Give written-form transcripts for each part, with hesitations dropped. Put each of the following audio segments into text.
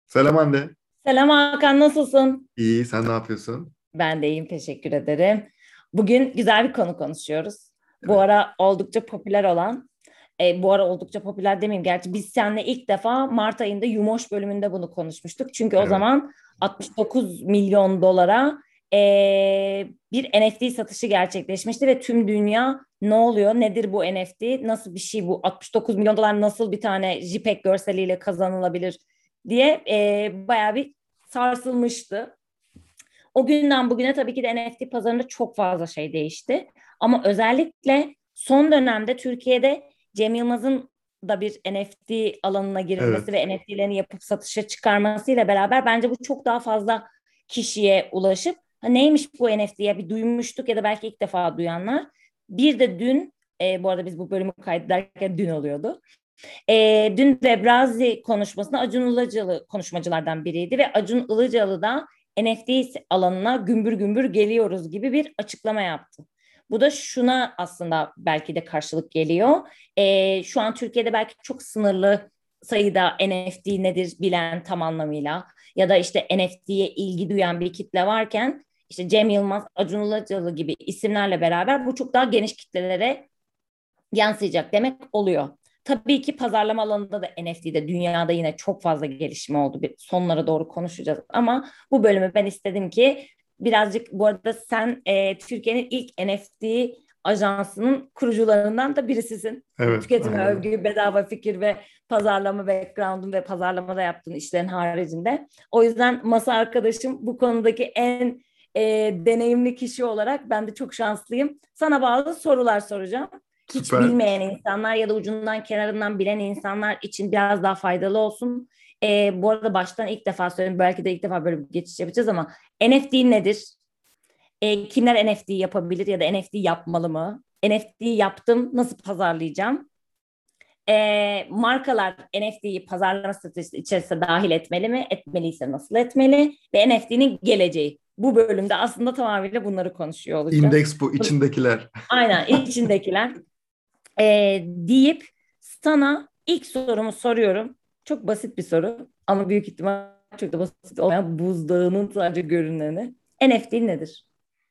Selam Hande. Selam Hakan, nasılsın? İyi, sen ne yapıyorsun? Ben de iyiyim, teşekkür ederim. Bugün güzel bir konu konuşuyoruz. Bu Evet. ara oldukça popüler olan, bu ara oldukça popüler demeyeyim. Gerçi biz seninle ilk defa Mart ayında Yumoş bölümünde bunu konuşmuştuk. Çünkü o Evet. zaman 69 milyon dolara bir NFT satışı gerçekleşmişti ve tüm dünya ne oluyor, nedir bu NFT, nasıl bir şey bu, 69 milyon dolar nasıl bir tane JPEG görseliyle kazanılabilir diye bayağı bir sarsılmıştı. O günden bugüne tabii ki de NFT pazarında çok fazla şey değişti. Ama özellikle son dönemde Türkiye'de Cem Yılmaz'ın da bir NFT alanına girmesi Evet. ve NFT'lerini yapıp satışa çıkarmasıyla beraber bence bu çok daha fazla kişiye ulaşıp neymiş bu NFT'ye bir duymuştuk ya da belki ilk defa duyanlar. Bir de dün bu arada biz bu bölümü kaydederken dün oluyordu. Dün Webrazi konuşmasında Acun Ilıcalı konuşmacılardan biriydi ve Acun Ilıcalı da NFT alanına gümbür gümbür geliyoruz gibi bir açıklama yaptı. Bu da şuna aslında belki de karşılık geliyor. Şu an Türkiye'de belki çok sınırlı sayıda NFT nedir bilen tam anlamıyla ya da işte NFT'ye ilgi duyan bir kitle varken işte Cem Yılmaz, Acun Ilıcalı gibi isimlerle beraber bu çok daha geniş kitlelere yansıyacak demek oluyor. Tabii ki pazarlama alanında da NFT'de dünyada yine çok fazla gelişme oldu. Bir sonlara doğru konuşacağız ama bu bölümü ben istedim ki birazcık bu arada sen Türkiye'nin ilk NFT ajansının kurucularından da birisisin. Evet, Tüketime aynen. övgü, bedava fikir ve pazarlama background'un ve pazarlamada yaptığın işlerin haricinde. O yüzden masa arkadaşım bu konudaki en deneyimli kişi olarak ben de çok şanslıyım. Sana bağlı sorular soracağım hiç Süper. bilmeyen insanlar ya da ucundan kenarından bilen insanlar için biraz daha faydalı olsun. Bu arada baştan ilk defa söyleyeyim. Belki de ilk defa böyle bir geçiş yapacağız ama NFT nedir? Kimler NFT yapabilir ya da NFT yapmalı mı? NFT yaptım, nasıl pazarlayacağım? Markalar NFT'yi pazarlama stratejisi içerisine dahil etmeli mi? Etmeliyse nasıl etmeli? Ve NFT'nin geleceği. Bu bölümde aslında tamamıyla bunları konuşuyor olacağız. İndeks bu, içindekiler. Aynen içindekiler deyip sana ilk sorumu soruyorum. Çok basit bir soru ama büyük ihtimal çok da basit olmayan buzdağının sadece görüneni. NFT nedir?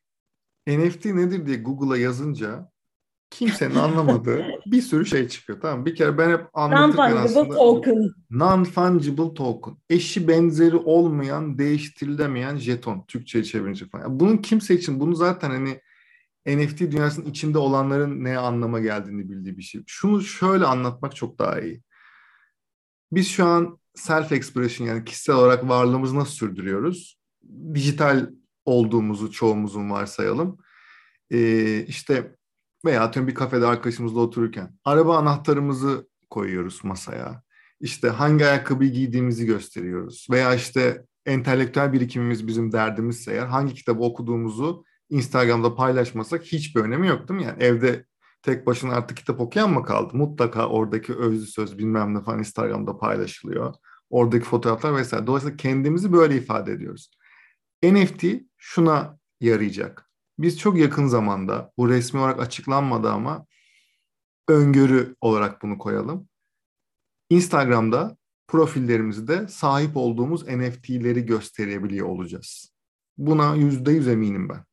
NFT nedir diye Google'a yazınca kimsenin anlamadığı bir sürü şey çıkıyor. Tamam mı? Bir kere ben hep anlatırken Non-fungible aslında token. non-fungible token, eşi benzeri olmayan, değiştirilemeyen jeton, Türkçe'ye çevirince falan. Yani bunun kimse için bunu zaten hani NFT dünyasının içinde olanların ne anlama geldiğini bildiği bir şey. Şunu şöyle anlatmak çok daha iyi. Biz şu an self expression yani kişisel olarak varlığımızı nasıl sürdürüyoruz? Dijital olduğumuzu çoğumuzun varsayalım. İşte veya atıyorum bir kafede arkadaşımızla otururken araba anahtarımızı koyuyoruz masaya. İşte hangi ayakkabıyı giydiğimizi gösteriyoruz. Veya işte entelektüel birikimimiz bizim derdimizse eğer hangi kitabı okuduğumuzu Instagram'da paylaşmasak hiçbir önemi yok değil mi? Yani evde tek başına artık kitap okuyan mı kaldı? Mutlaka oradaki özlü söz bilmem ne falan Instagram'da paylaşılıyor. Oradaki fotoğraflar vesaire. Dolayısıyla kendimizi böyle ifade ediyoruz. NFT şuna yarayacak. Biz çok yakın zamanda bu resmi olarak açıklanmadı ama öngörü olarak bunu koyalım. Instagram'da profillerimizde sahip olduğumuz NFT'leri gösterebiliyor olacağız. Buna %100 eminim ben.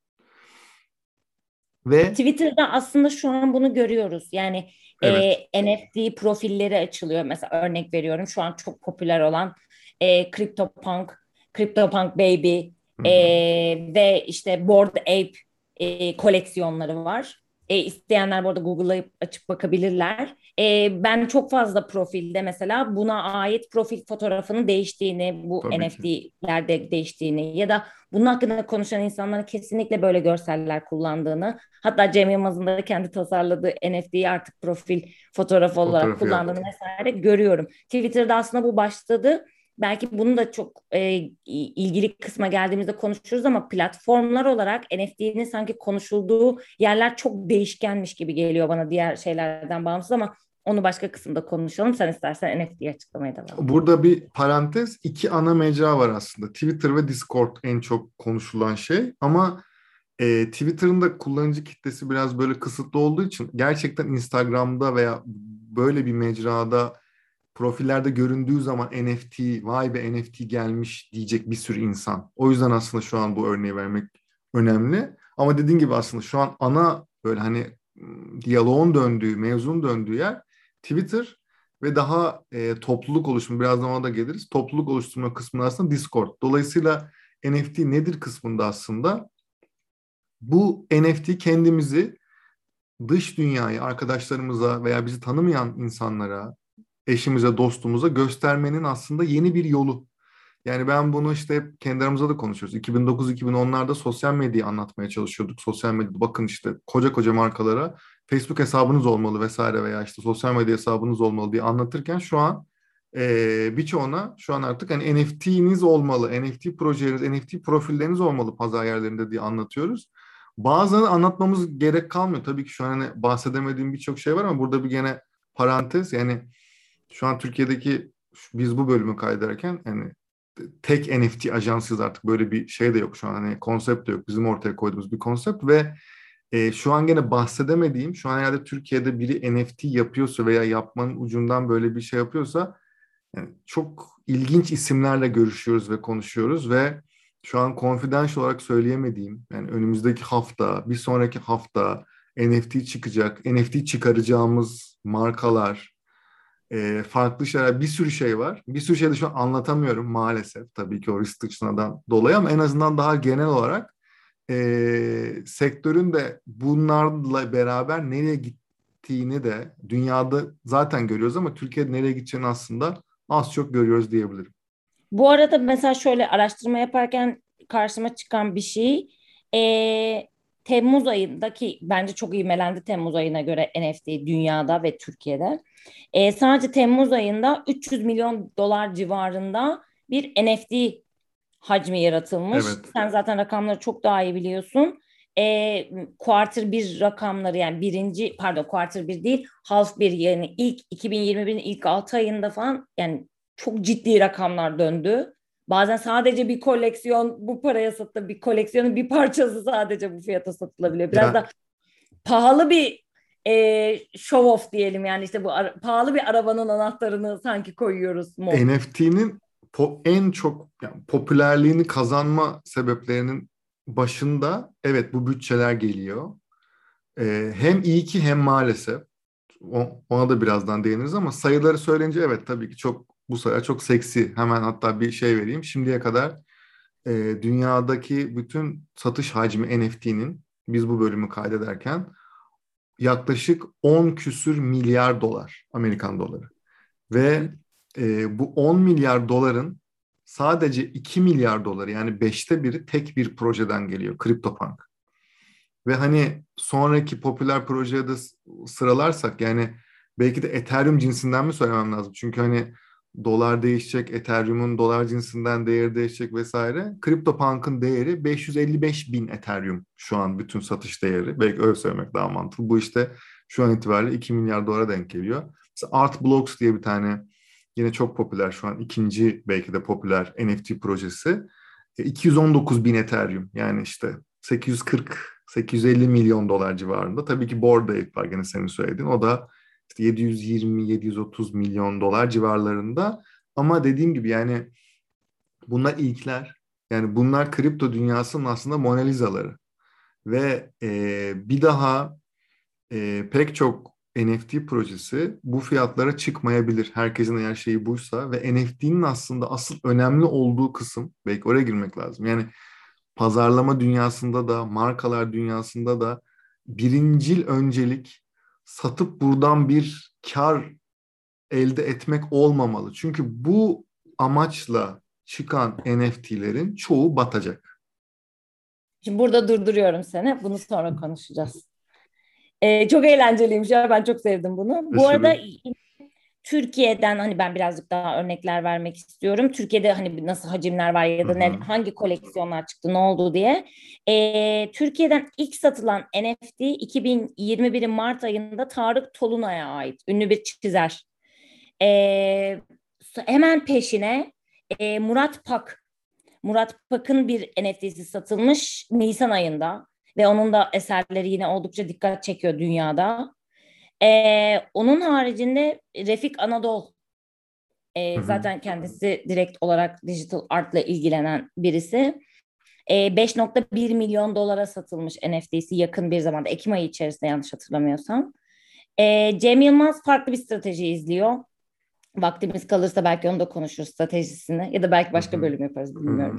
Ve Twitter'da aslında şu an bunu görüyoruz. Yani evet. NFT profilleri açılıyor. Mesela örnek veriyorum şu an çok popüler olan CryptoPunk, CryptoPunk Baby Hı e, hı. ve işte Bored Ape koleksiyonları var. İsteyenler bu arada Google'layıp açıp bakabilirler. Ben çok fazla profilde mesela buna ait profil fotoğrafının değiştiğini, bu Tabii ki. NFT'lerde değiştiğini ya da bunun hakkında konuşan insanların kesinlikle böyle görseller kullandığını, hatta Cem Yılmaz'ın da kendi tasarladığı NFT'yi artık profil fotoğrafı olarak Fotoğrafı kullandığını yaptı. vesaire görüyorum. Twitter'da aslında bu başladı. Belki bunu da çok ilgili kısma geldiğimizde konuşuruz ama platformlar olarak NFT'nin sanki konuşulduğu yerler çok değişkenmiş gibi geliyor bana diğer şeylerden bağımsız ama onu başka kısımda konuşalım. Sen istersen NFT'yi açıklamaya devam et. Burada bir parantez, iki ana mecra var aslında. Twitter ve Discord en çok konuşulan şey. Ama Twitter'ın da kullanıcı kitlesi biraz böyle kısıtlı olduğu için gerçekten Instagram'da veya böyle bir mecrada profillerde göründüğü zaman NFT, vay be NFT gelmiş diyecek bir sürü insan. O yüzden aslında şu an bu örneği vermek önemli. Ama dediğin gibi aslında şu an ana böyle hani diyaloğun döndüğü, mevzunun döndüğü yer Twitter ve daha topluluk oluşumu, birazdan ona da geliriz. Topluluk oluşturma kısmında aslında Discord. Dolayısıyla NFT nedir kısmında aslında bu NFT kendimizi dış dünyaya, arkadaşlarımıza veya bizi tanımayan insanlara, eşimize, dostumuza göstermenin aslında yeni bir yolu. Yani ben bunu işte hep kendi aramızda da konuşuyoruz. 2009-2010'larda sosyal medyayı anlatmaya çalışıyorduk. Sosyal medyada bakın işte koca koca markalara Facebook hesabınız olmalı vesaire veya işte sosyal medya hesabınız olmalı diye anlatırken şu an birçoğuna şu an artık hani NFT'niz olmalı, NFT projeleriniz, NFT profilleriniz olmalı pazar yerlerinde diye anlatıyoruz. Bazılarını anlatmamız gerek kalmıyor. Tabii ki şu an hani bahsedemediğim birçok şey var ama burada bir gene parantez yani şu an Türkiye'deki biz bu bölümü kaydederken yani tek NFT ajansıyız artık böyle bir şey de yok şu an hani konsept de yok bizim ortaya koyduğumuz bir konsept ve şu an gene bahsedemediğim şu an herhalde Türkiye'de biri NFT yapıyorsa veya yapmanın ucundan böyle bir şey yapıyorsa yani çok ilginç isimlerle görüşüyoruz ve konuşuyoruz ve şu an confidential olarak söyleyemediğim yani önümüzdeki hafta bir sonraki hafta NFT çıkacak NFT çıkaracağımız markalar farklı şeyler, bir sürü şey var. Bir sürü şey de şu an anlatamıyorum maalesef. Tabii ki o restriction'dan dolayı ama en azından daha genel olarak sektörün de bunlarla beraber nereye gittiğini de dünyada zaten görüyoruz ama Türkiye'de nereye gideceğini aslında az çok görüyoruz diyebilirim. Bu arada mesela şöyle araştırma yaparken karşıma çıkan bir şey, Temmuz ayındaki bence çok ivmelendi Temmuz ayına göre NFT dünyada ve Türkiye'de. Sadece Temmuz ayında 300 milyon dolar civarında bir NFT hacmi yaratılmış. Evet. Sen zaten rakamları çok daha iyi biliyorsun. Quarter bir rakamları yani birinci pardon quarter bir değil half bir yani ilk 2021'in ilk 6 ayında falan yani çok ciddi rakamlar döndü. Bazen sadece bir koleksiyon bu paraya satılıyor. Bir koleksiyonun bir parçası sadece bu fiyata satılabiliyor. Biraz Ya da pahalı bir show off diyelim yani işte bu pahalı bir arabanın anahtarını sanki koyuyoruz mu? NFT'nin en çok yani popülerliğini kazanma sebeplerinin başında evet bu bütçeler geliyor. Hem iyi ki hem maalesef. Ona da birazdan değiniriz ama sayıları söyleyince evet tabii ki çok bu sayılar çok seksi. Hemen hatta bir şey vereyim. Şimdiye kadar dünyadaki bütün satış hacmi NFT'nin biz bu bölümü kaydederken yaklaşık 10 küsür milyar dolar Amerikan doları. Ve bu 10 milyar doların sadece 2 milyar doları yani beşte biri tek bir projeden geliyor. CryptoPunk. Ve hani sonraki popüler projeye de sıralarsak yani belki de Ethereum cinsinden mi söylemem lazım? Çünkü hani dolar değişecek, Ethereum'un dolar cinsinden değeri değişecek vesaire. CryptoPunk'ın değeri 555 bin Ethereum şu an bütün satış değeri. Belki öyle söylemek daha mantıklı. Bu işte şu an itibariyle 2 milyar dolara denk geliyor. Mesela Art Blocks diye bir tane yine çok popüler şu an ikinci belki de popüler NFT projesi. 219 bin Ethereum yani işte 840-850 milyon dolar civarında. Tabii ki Bored Ape var gene senin söylediğin. O da işte 720-730 milyon dolar civarlarında. Ama dediğim gibi yani bunlar ilkler. Yani bunlar kripto dünyasının aslında Mona Lisa'ları. Ve bir daha pek çok NFT projesi bu fiyatlara çıkmayabilir. Herkesin eğer şeyi buysa ve NFT'nin aslında asıl önemli olduğu kısım belki oraya girmek lazım. Yani pazarlama dünyasında da, markalar dünyasında da birincil öncelik satıp buradan bir kar elde etmek olmamalı. Çünkü bu amaçla çıkan NFT'lerin çoğu batacak. Şimdi burada durduruyorum seni. Bunu sonra konuşacağız. Çok eğlenceliymiş ya. Ben çok sevdim bunu. Bu arada Aşırı. Türkiye'den hani ben birazcık daha örnekler vermek istiyorum. Türkiye'de hani nasıl hacimler var ya Hı da hı. hangi koleksiyonlar çıktı, ne oldu diye. Türkiye'den ilk satılan NFT 2021'in Mart ayında Tarık Tolunay'a ait. Ünlü bir çizer. Ee, Hemen peşine Murat Pak. Murat Pak'ın bir NFT'si satılmış Nisan ayında ve onun da eserleri yine oldukça dikkat çekiyor dünyada. Onun haricinde Refik Anadol Hı hı. Zaten kendisi direkt olarak digital art'la ilgilenen birisi. 5,1 milyon dolara satılmış NFT'si yakın bir zamanda. Ekim ayı içerisinde yanlış hatırlamıyorsam. Cem Yılmaz farklı bir strateji izliyor. Vaktimiz kalırsa belki onu da konuşuruz, stratejisini, ya da belki Hı başka hı. bölüm yaparız, Hı bilmiyorum. hı.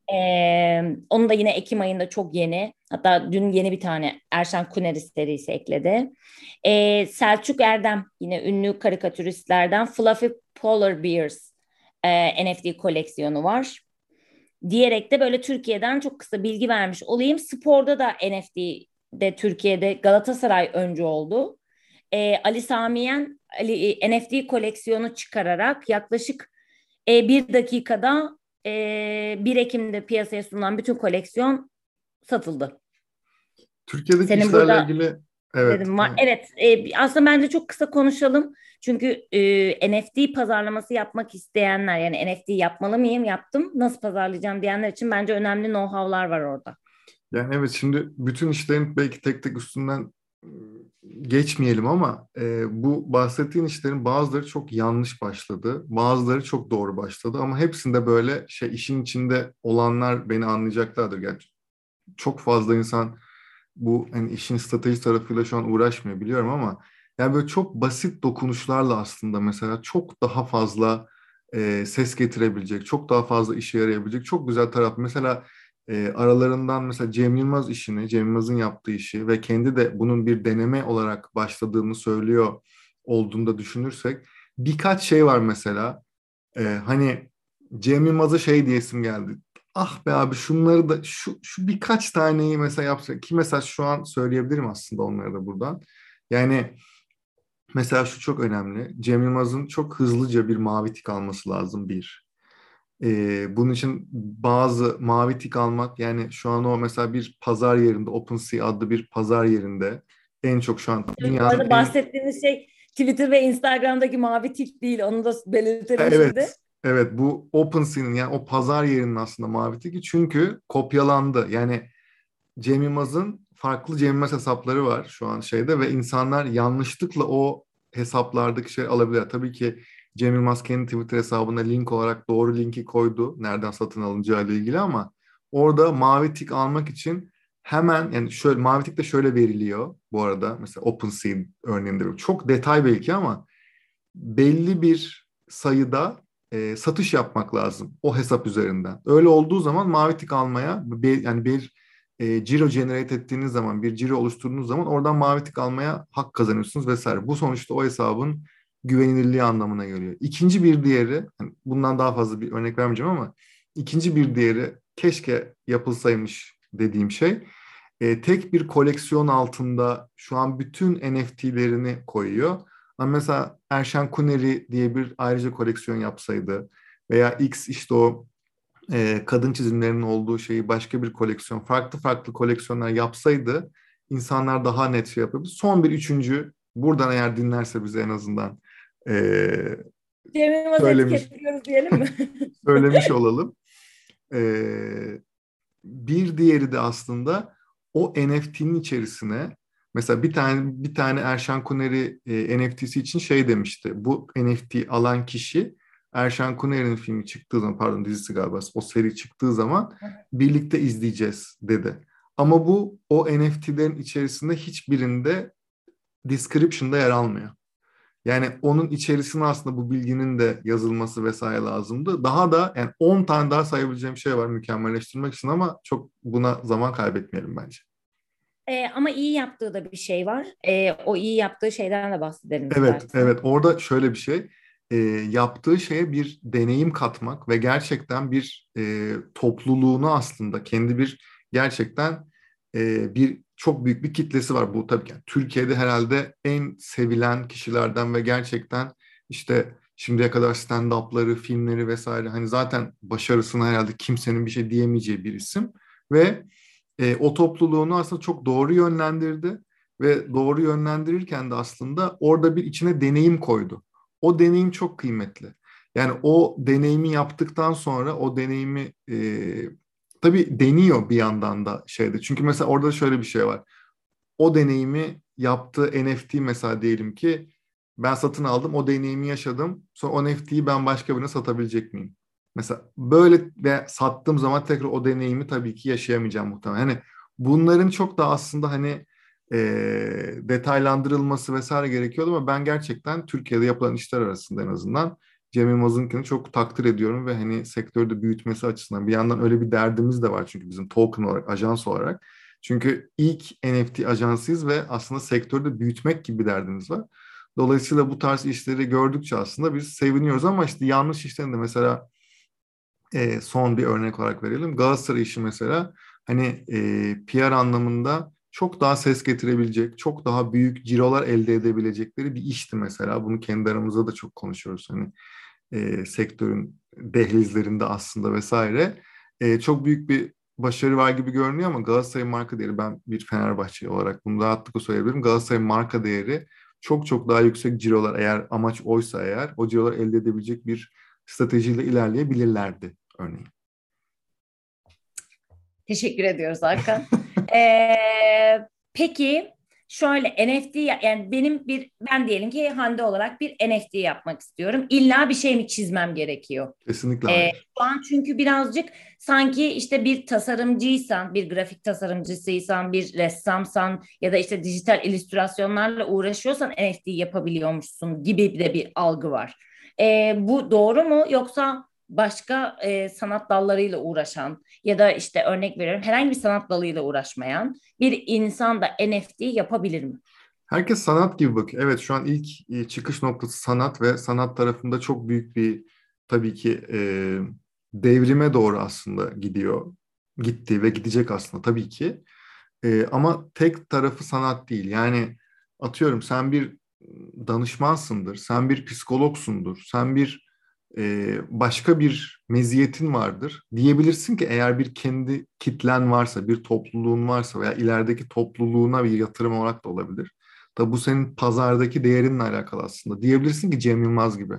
Onu da yine Ekim ayında çok yeni. Hatta dün yeni bir tane Erşan Kuneri serisi ekledi. Selçuk Erdem, yine ünlü karikatüristlerden, Fluffy Polar Bears NFT koleksiyonu var. Diyerek de böyle Türkiye'den çok kısa bilgi vermiş olayım. Sporda da NFT'de Türkiye'de Galatasaray öncü oldu. Ali Samiyen NFT koleksiyonu çıkararak yaklaşık 1 dakikada 1 Ekim'de piyasaya sunulan bütün koleksiyon satıldı. Türkiye'deki Senin işlerle burada ilgili evet. dedim var. Evet, aslında bence çok kısa konuşalım. Çünkü NFT pazarlaması yapmak isteyenler, yani NFT yapmalı mıyım, yaptım, nasıl pazarlayacağım diyenler için bence önemli know-how'lar var orada. Yani evet, şimdi bütün işlerin belki tek tek üstünden geçmeyelim ama bu bahsettiğin işlerin bazıları çok yanlış başladı. Bazıları çok doğru başladı ama hepsinde böyle işin içinde olanlar beni anlayacaklardır. Yani çok fazla insan bu hani işin strateji tarafıyla şu an uğraşmıyor biliyorum ama yani böyle çok basit dokunuşlarla aslında mesela çok daha fazla ses getirebilecek, çok daha fazla işe yarayabilecek çok güzel taraf. Mesela aralarından mesela Cem Yılmaz işini, Cem Yılmaz'ın yaptığı işi ve kendi de bunun bir deneme olarak başladığını söylüyor olduğunda düşünürsek birkaç şey var mesela. Hani Cem Yılmaz'a şey diyesim geldi. Ah be abi, şunları da şu birkaç taneyi mesela yapsak ki mesela şu an söyleyebilirim aslında onları da buradan. Yani mesela şu çok önemli. Cem Yılmaz'ın çok hızlıca bir mavi tik alması lazım bir. Bunun için bazı mavi tik almak, yani şu an o mesela bir pazar yerinde, OpenSea adlı bir pazar yerinde en çok şu an Evet, bu dünyanın arada en. bahsettiğimiz şey Twitter ve Instagram'daki mavi tik değil. Onu da belirtelim şimdi. Evet, evet, bu OpenSea'nin yani o pazar yerinin aslında mavi tiki çünkü kopyalandı. Yani Cem Yılmaz'ın farklı Cem Yılmaz hesapları var şu an şeyde ve insanlar yanlışlıkla o hesaplardaki şey alabilir. Tabii ki Cem Yılmaz kendi Twitter hesabına link olarak doğru linki koydu nereden satın alınacağı ile ilgili ama orada mavi tik almak için hemen, yani şöyle mavi tik de şöyle veriliyor bu arada, mesela OpenSea örneğinde çok detay belki ama belli bir sayıda satış yapmak lazım o hesap üzerinden. Öyle olduğu zaman mavi tik almaya yani bir ciro generate ettiğiniz zaman, bir ciro oluşturduğunuz zaman oradan mavi tik almaya hak kazanıyorsunuz vesaire. Bu sonuçta o hesabın güvenilirliği anlamına geliyor. İkinci bir diğeri, hani bundan daha fazla bir örnek vermeyeceğim ama ikinci bir diğeri keşke yapılsaymış dediğim şey, tek bir koleksiyon altında şu an bütün NFT'lerini koyuyor. Ama mesela Erşan Kuneri diye bir ayrıca koleksiyon yapsaydı veya X işte o kadın çizimlerinin olduğu şeyi başka bir koleksiyon, farklı farklı koleksiyonlar yapsaydı insanlar daha net şey yapabilir. Son bir üçüncü, buradan eğer dinlerse bize en azından e, Cem Yılmaz'ı söylemiş etiketliyoruz diyelim mi? söylemiş olalım. E, Bir diğeri de aslında o NFT'nin içerisine mesela bir tane Erşan Kuneri NFT'si için şey demişti. Bu NFT alan kişi Erşan Kuneri'nin filmi çıktığı zaman, pardon dizisi galiba, o seri çıktığı zaman birlikte izleyeceğiz dedi. Ama bu o NFT'lerin içerisinde hiçbirinde description'da yer almıyor. Yani onun içerisine aslında bu bilginin de yazılması vesaire lazımdı. Daha da yani 10 tane daha sayabileceğim şey var mükemmelleştirmek için ama çok buna zaman kaybetmeyelim bence. Ama iyi yaptığı da bir şey var. O iyi yaptığı şeyden de bahsedelim Evet, istersen. evet. Orada şöyle bir şey. Yaptığı şeye bir deneyim katmak ve gerçekten bir topluluğunu aslında kendi bir gerçekten bir çok büyük bir kitlesi var. Bu tabii ki yani Türkiye'de herhalde en sevilen kişilerden ve gerçekten işte şimdiye kadar stand-up'ları, filmleri vesaire, hani zaten başarısına herhalde kimsenin bir şey diyemeyeceği bir isim ve o topluluğunu aslında çok doğru yönlendirdi ve doğru yönlendirirken de aslında orada bir içine deneyim koydu. O deneyim çok kıymetli. Yani o deneyimi yaptıktan sonra o deneyimi tabii deniyor bir yandan da şeyde. Çünkü mesela orada şöyle bir şey var. O deneyimi yaptığı NFT mesela diyelim ki Ben satın aldım, o deneyimi yaşadım. Sonra o NFT'yi ben başka birine satabilecek miyim? Mesela böyle ve sattığım zaman tekrar o deneyimi tabii ki yaşayamayacağım muhtemelen. Hani bunların çok da aslında hani detaylandırılması vesaire gerekiyordu ama ben gerçekten Türkiye'de yapılan işler arasında en azından Cem Yılmaz'ınkini çok takdir ediyorum ve hani sektörde büyütmesi açısından bir yandan öyle bir derdimiz de var çünkü bizim token olarak, ajans olarak. Çünkü ilk NFT ajansıyız ve aslında sektörde büyütmek gibi bir derdimiz var. Dolayısıyla bu tarz işleri gördükçe aslında biz seviniyoruz ama işte yanlış işlerin de mesela son bir örnek olarak verelim. Galatasaray işi mesela hani PR anlamında çok daha ses getirebilecek, çok daha büyük cirolar elde edebilecekleri bir işti mesela. Bunu kendi aramızda da çok konuşuyoruz. Hani sektörün dehlizlerinde aslında vesaire. Çok büyük bir başarı var gibi görünüyor ama Galatasaray marka değeri, ben bir Fenerbahçe olarak bunu rahatlıkla söyleyebilirim. Galatasaray marka değeri çok çok daha yüksek cirolar, eğer amaç oysa eğer o cirolar elde edebilecek bir stratejiyle ilerleyebilirlerdi örneğin. Teşekkür ediyoruz Hakan. Ee, peki şöyle NFT yani ben diyelim ki Hande olarak bir NFT yapmak istiyorum. İlla bir şey mi çizmem gerekiyor? Kesinlikle hayır. Şu an çünkü birazcık sanki işte bir tasarımcıysan, bir grafik tasarımcısıysan, bir ressamsan ya da işte dijital illüstrasyonlarla uğraşıyorsan NFT yapabiliyormuşsun gibi de bir algı var. Bu doğru mu yoksa başka sanat dallarıyla uğraşan ya da işte örnek veriyorum herhangi bir sanat dalıyla uğraşmayan bir insan da NFT yapabilir mi? Herkes sanat gibi bakıyor. Evet, şu an ilk çıkış noktası sanat ve sanat tarafında çok büyük bir tabii ki devrime doğru aslında gidiyor. Gitti ve gidecek aslında tabii ki. Ama tek tarafı sanat değil. Yani atıyorum sen bir danışmansındır, sen bir psikologsundur, sen bir başka bir meziyetin vardır. Diyebilirsin ki eğer bir kendi kitlen varsa, bir topluluğun varsa veya ilerideki topluluğuna bir yatırım olarak da olabilir. Tabi bu senin pazardaki değerinle alakalı aslında. Diyebilirsin ki Cem Yılmaz gibi.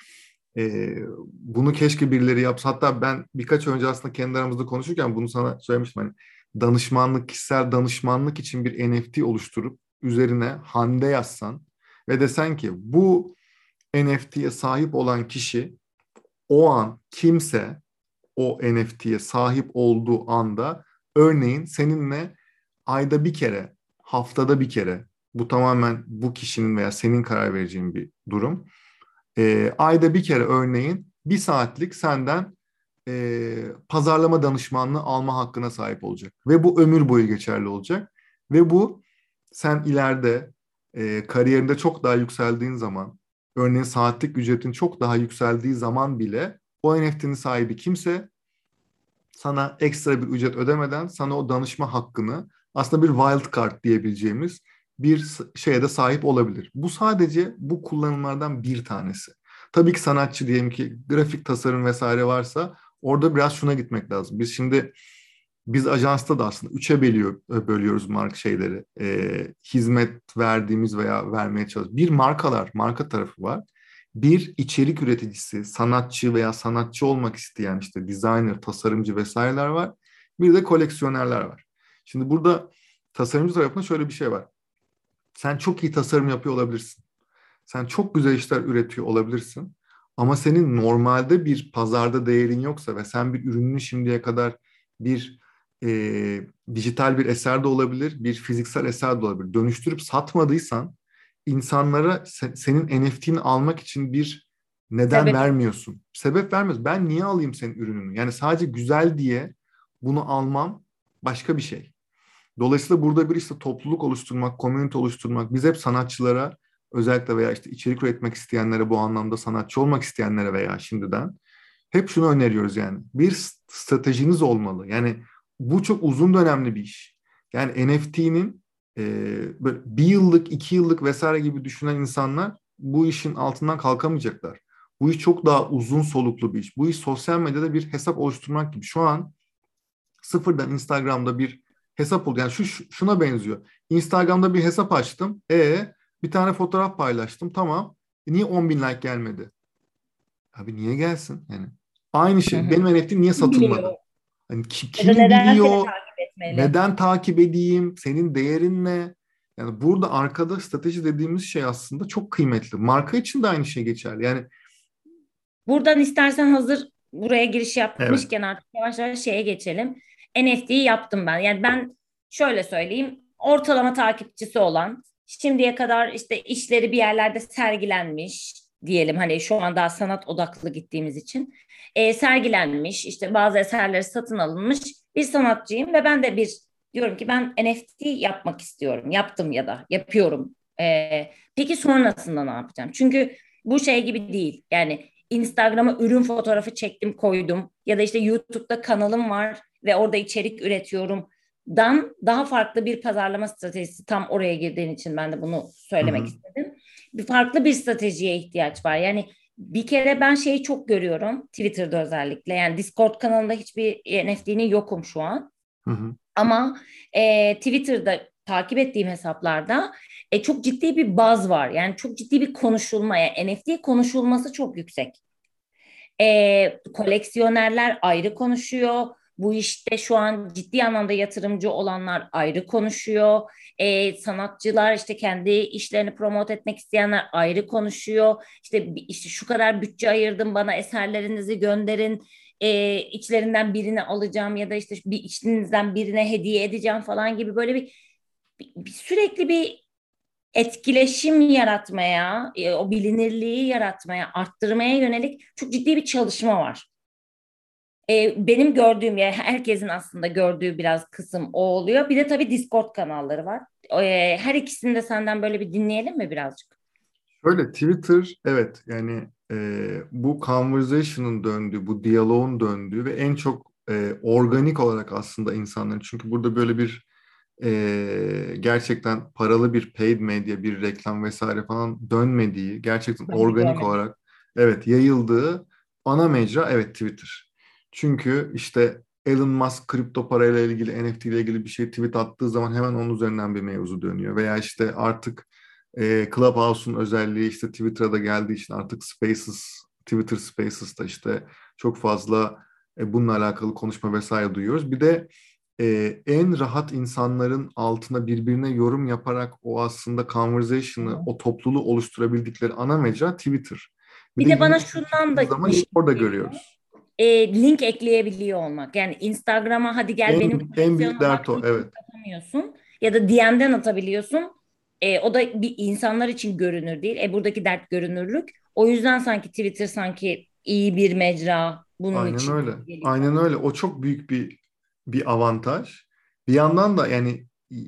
Bunu keşke birileri yapsa. Hatta ben birkaç önce aslında kendi aramızda konuşurken bunu sana söylemiştim. Hani danışmanlık, kişisel danışmanlık için bir NFT oluşturup üzerine Hande yazsan ve desen ki bu NFT'ye sahip olan kişi o an kimse o NFT'ye sahip olduğu anda örneğin seninle ayda bir kere, haftada bir kere, bu tamamen bu kişinin veya senin karar vereceğin bir durum. Ayda bir kere örneğin bir saatlik senden pazarlama danışmanlığı alma hakkına sahip olacak. Ve bu ömür boyu geçerli olacak. Ve bu sen ileride kariyerinde çok daha yükseldiğin zaman, örneğin saatlik ücretin çok daha yükseldiği zaman bile o NFT'nin sahibi kimse sana ekstra bir ücret ödemeden sana o danışma hakkını aslında bir wild card diyebileceğimiz bir şeye de sahip olabilir. Bu sadece bu kullanımlardan bir tanesi. Tabii ki sanatçı diyelim ki grafik tasarım vesaire varsa orada biraz şuna gitmek lazım. Biz ajansta da aslında bölüyoruz marka şeyleri. Hizmet verdiğimiz veya vermeye çalışıyoruz. Bir marka tarafı var. Bir içerik üreticisi, sanatçı veya sanatçı olmak isteyen işte designer, tasarımcı vesaireler var. Bir de koleksiyonerler var. Şimdi burada tasarımcı tarafında şöyle bir şey var. Sen çok iyi tasarım yapıyor olabilirsin. Sen çok güzel işler üretiyor olabilirsin. Ama senin normalde bir pazarda değerin yoksa ve sen bir ürününü şimdiye kadar bir dijital bir eser de olabilir, bir fiziksel eser de olabilir. Dönüştürüp satmadıysan insanlara senin NFT'ni almak için bir neden Sebep. vermiyorsun. Sebep vermiyorsun. Ben niye alayım senin ürününü? Yani sadece güzel diye bunu almam başka bir şey. Dolayısıyla burada bir işte topluluk oluşturmak, komünite oluşturmak, biz hep sanatçılara özellikle veya işte içerik üretmek isteyenlere, bu anlamda sanatçı olmak isteyenlere veya şimdiden hep şunu öneriyoruz yani. Bir stratejiniz olmalı. Yani bu çok uzun dönemli bir iş. Yani NFT'nin böyle bir yıllık, 2 yıllık vesaire gibi düşünen insanlar bu işin altından kalkamayacaklar. Bu iş çok daha uzun soluklu bir iş. Bu iş sosyal medyada bir hesap oluşturmak gibi. Şu an sıfırdan Instagram'da bir hesap oldu. Yani şuna benziyor. Instagram'da bir hesap açtım. Bir tane fotoğraf paylaştım. Tamam. Niye 10 bin like gelmedi? Abi niye gelsin? Yani aynı Hı şey. hı. Benim NFT'm niye Kim satılmadı? biliyor? Hani Ya da kim neden seni biliyor? takip etmeli? Neden takip edeyim? Senin değerin ne? Yani burada arkada strateji dediğimiz şey aslında çok kıymetli. Marka için de aynı şey geçerli. Yani Buradan istersen hazır buraya giriş evet. yapmışken artık yavaş yavaş şeye geçelim. NFT'yi yaptım ben. Yani ben şöyle söyleyeyim. Ortalama takipçisi olan, şimdiye kadar işte işleri bir yerlerde sergilenmiş diyelim. Hani şu an daha sanat odaklı gittiğimiz için. Sergilenmiş, işte bazı eserleri satın alınmış bir sanatçıyım ve ben de diyorum ki ben NFT yapmak istiyorum. Yaptım ya da yapıyorum. Peki sonrasında ne yapacağım? Çünkü bu şey gibi değil. Yani Instagram'a ürün fotoğrafı çektim koydum ya da işte YouTube'da kanalım var ve orada içerik üretiyorum dan daha farklı bir pazarlama stratejisi, tam oraya girdiğin için ben de bunu Hı söylemek hı. istedim. Bir farklı bir stratejiye ihtiyaç var. Yani bir kere ben şeyi çok görüyorum Twitter'da özellikle. Yani Discord kanalında hiçbir NFT'nin yokum şu an. Hı hı. Ama Twitter'da takip ettiğim hesaplarda çok ciddi bir baz var. Yani çok ciddi bir konuşulma. Yani NFT konuşulması çok yüksek. Koleksiyonerler ayrı konuşuyor. Bu işte şu an ciddi anlamda yatırımcı olanlar ayrı konuşuyor. Sanatçılar işte kendi işlerini promote etmek isteyenler ayrı konuşuyor. İşte şu kadar bütçe ayırdım, bana eserlerinizi gönderin. İçlerinden birini alacağım ya da işte bir içinizden birine hediye edeceğim falan gibi böyle sürekli bir etkileşim yaratmaya, o bilinirliği yaratmaya, arttırmaya yönelik çok ciddi bir çalışma var. Benim gördüğüm, ya herkesin aslında gördüğü biraz kısım o oluyor. Bir de tabii Discord kanalları var. Her ikisini de senden böyle bir dinleyelim mi birazcık? Şöyle Twitter evet yani bu conversation'ın döndüğü, bu diyaloğun döndüğü ve en çok organik olarak aslında insanların çünkü burada böyle bir gerçekten paralı bir paid medya, bir reklam vesaire falan dönmediği, gerçekten Ben de organik görmedim. olarak evet yayıldığı ana mecra evet Twitter. Çünkü işte Elon Musk kripto parayla ilgili, NFT ile ilgili bir şey tweet attığı zaman hemen onun üzerinden bir mevzu dönüyor. Veya işte artık Clubhouse'un özelliği işte Twitter'a da geldiği için artık Spaces, Twitter Spaces'ta işte çok fazla bununla alakalı konuşma vesaire duyuyoruz. Bir de en rahat insanların altına birbirine yorum yaparak o aslında conversation'ı, o topluluğu oluşturabildikleri ana mecra Twitter. Bir Bir de de yeni bana nesil şundan da çıktığı zaman işte müthiş orada geliyor. görüyoruz. Link ekleyebiliyor olmak. Yani Instagram'a hadi gel benim En büyük koleksiyonuma bak dert o, deyip evet. atamıyorsun. Ya da DM'den atabiliyorsun. O da bir insanlar için görünür değil. Buradaki dert görünürlük. O yüzden sanki Twitter sanki iyi bir mecra bunun Aynen için öyle. geliyor Aynen bana. öyle. O çok büyük bir avantaj. Bir yandan da yani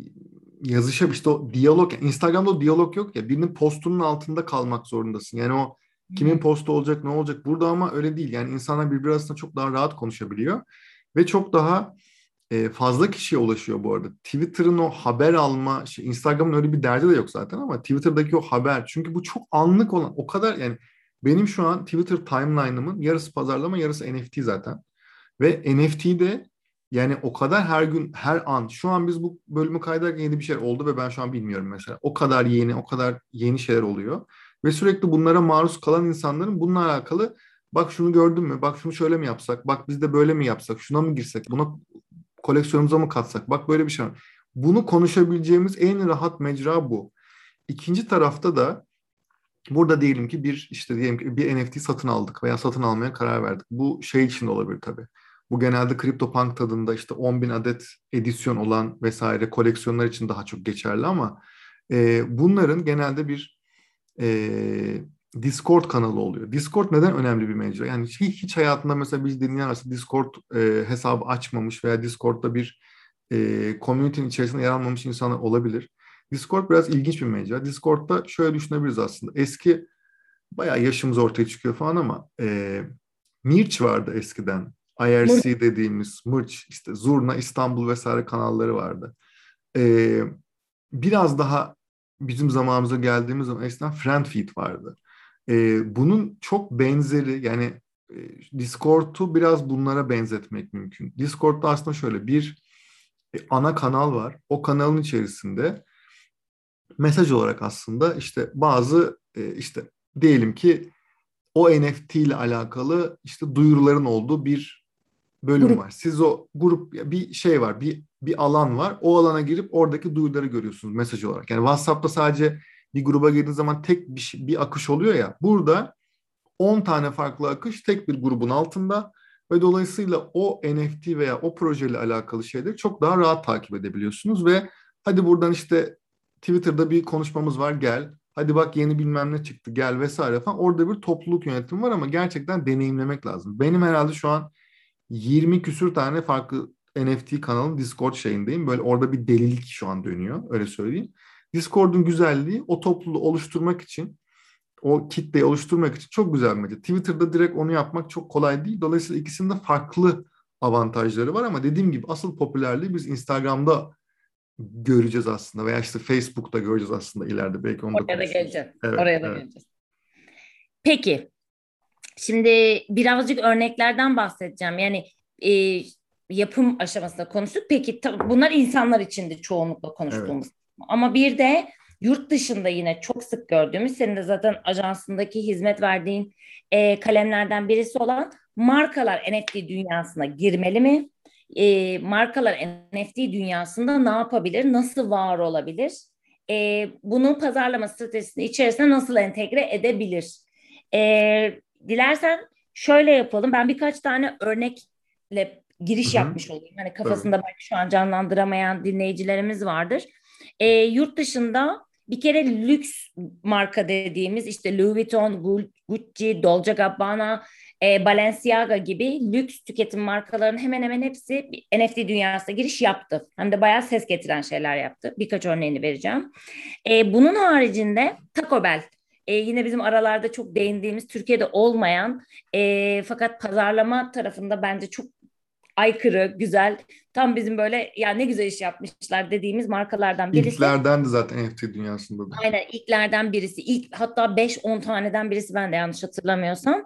yazışa işte o diyalog, Instagram'da o diyalog yok ya, birinin postunun altında kalmak zorundasın. Yani o Hı kimin hı. postu olacak, ne olacak burada, ama öyle değil. Yani insanlar birbiri arasında çok daha rahat konuşabiliyor ve çok daha fazla kişiye ulaşıyor bu arada. Twitter'ın o haber alma, Instagram'ın öyle bir derdi de yok zaten, ama Twitter'daki o haber, çünkü bu çok anlık olan, o kadar yani benim şu an Twitter timeline'ımın yarısı pazarlama, yarısı NFT zaten. Ve NFT'de yani o kadar her gün, her an, şu an biz bu bölümü kaydederken yeni bir şey oldu ve ben şu an bilmiyorum mesela. O kadar yeni, o kadar yeni şeyler oluyor. Ve sürekli bunlara maruz kalan insanların bununla alakalı, bak şunu gördün mü, bak şunu şöyle mi yapsak, bak biz de böyle mi yapsak, şuna mı girsek, buna koleksiyonumuza mı katsak, bak böyle bir şey var. Bunu konuşabileceğimiz en rahat mecra bu. İkinci tarafta da burada diyelim ki diyelim ki bir NFT satın aldık veya satın almaya karar verdik. Bu şey için de olabilir tabii. Bu genelde CryptoPunk tadında işte 10 bin adet edisyon olan vesaire koleksiyonlar için daha çok geçerli, ama bunların genelde bir e, Discord kanalı oluyor. Discord neden önemli bir mecra? Yani hiç hayatında mesela biz dinleyen arasında Discord hesabı açmamış veya Discord'da bir community'nin içerisinde yer almamış insanlar olabilir. Discord biraz ilginç bir mecra. Discord'da şöyle düşünebiliriz aslında. Eski, bayağı yaşımız ortaya çıkıyor falan ama Mirç vardı eskiden. Mur- IRC dediğimiz Mırç, işte Zurna, İstanbul vesaire kanalları vardı. E, Biraz daha bizim zamanımıza geldiğimiz zaman eskiden Friendfeed vardı. Bunun çok benzeri, yani Discord'u biraz bunlara benzetmek mümkün. Discord'da aslında şöyle bir ana kanal var. O kanalın içerisinde mesaj olarak aslında işte bazı işte diyelim ki o NFT ile alakalı işte duyuruların olduğu bir bölüm Grup. var. Siz o grup bir şey var, bir alan var. O alana girip oradaki duyuruları görüyorsunuz mesaj olarak. Yani WhatsApp'ta sadece bir gruba girdiğiniz zaman tek bir akış oluyor ya. Burada 10 tane farklı akış tek bir grubun altında ve dolayısıyla o NFT veya o projeyle alakalı şeyleri çok daha rahat takip edebiliyorsunuz ve hadi buradan işte Twitter'da bir konuşmamız var gel. Hadi bak yeni bilmem ne çıktı gel vesaire falan. Orada bir topluluk yönetimi var ama gerçekten deneyimlemek lazım. Benim herhalde şu an 20 küsür tane farklı NFT kanalın Discord şeyindeyim. Böyle orada bir delilik şu an dönüyor öyle söyleyeyim. Discord'un güzelliği o topluluğu oluşturmak için o kitleyi oluşturmak için çok güzel bir medya. Twitter'da direkt onu yapmak çok kolay değil. Dolayısıyla ikisinde farklı avantajları var ama dediğim gibi asıl popülerliği biz Instagram'da göreceğiz aslında veya işte Facebook'ta göreceğiz aslında ileride belki onu da Oraya da konuşuruz. geleceğiz. Evet, Oraya da evet. geleceğiz. Peki, şimdi birazcık örneklerden bahsedeceğim. Yani e, yapım aşamasında konuştuk. Peki bunlar insanlar içindi çoğunlukla Evet. konuştuğumuz. Ama bir de yurt dışında yine çok sık gördüğümüz, senin de zaten ajansındaki hizmet verdiğin kalemlerden birisi olan markalar NFT dünyasına girmeli mi? Markalar NFT dünyasında ne yapabilir? Nasıl var olabilir? Bunu pazarlama stratejisinin içerisine nasıl entegre edebilir? Dilersen şöyle yapalım. Ben birkaç tane örnekle Hı giriş hı. yapmış olayım. Hani Tabii. kafasında belki şu an canlandıramayan dinleyicilerimiz vardır. Yurt dışında bir kere lüks marka dediğimiz işte Louis Vuitton, Gucci, Dolce Gabbana, Balenciaga gibi lüks tüketim markalarının hemen hemen hepsi NFT dünyasına giriş yaptı. Hem de bayağı ses getiren şeyler yaptı. Birkaç örneğini vereceğim. Bunun haricinde Taco Bell. Yine bizim aralarda çok değindiğimiz, Türkiye'de olmayan fakat pazarlama tarafında bence çok aykırı, güzel, tam bizim böyle ya ne güzel iş yapmışlar dediğimiz markalardan birisi. İlklerden de zaten NFT dünyasında da. Aynen, ilklerden birisi. İlk hatta 5-10 taneden birisi, ben de yanlış hatırlamıyorsam.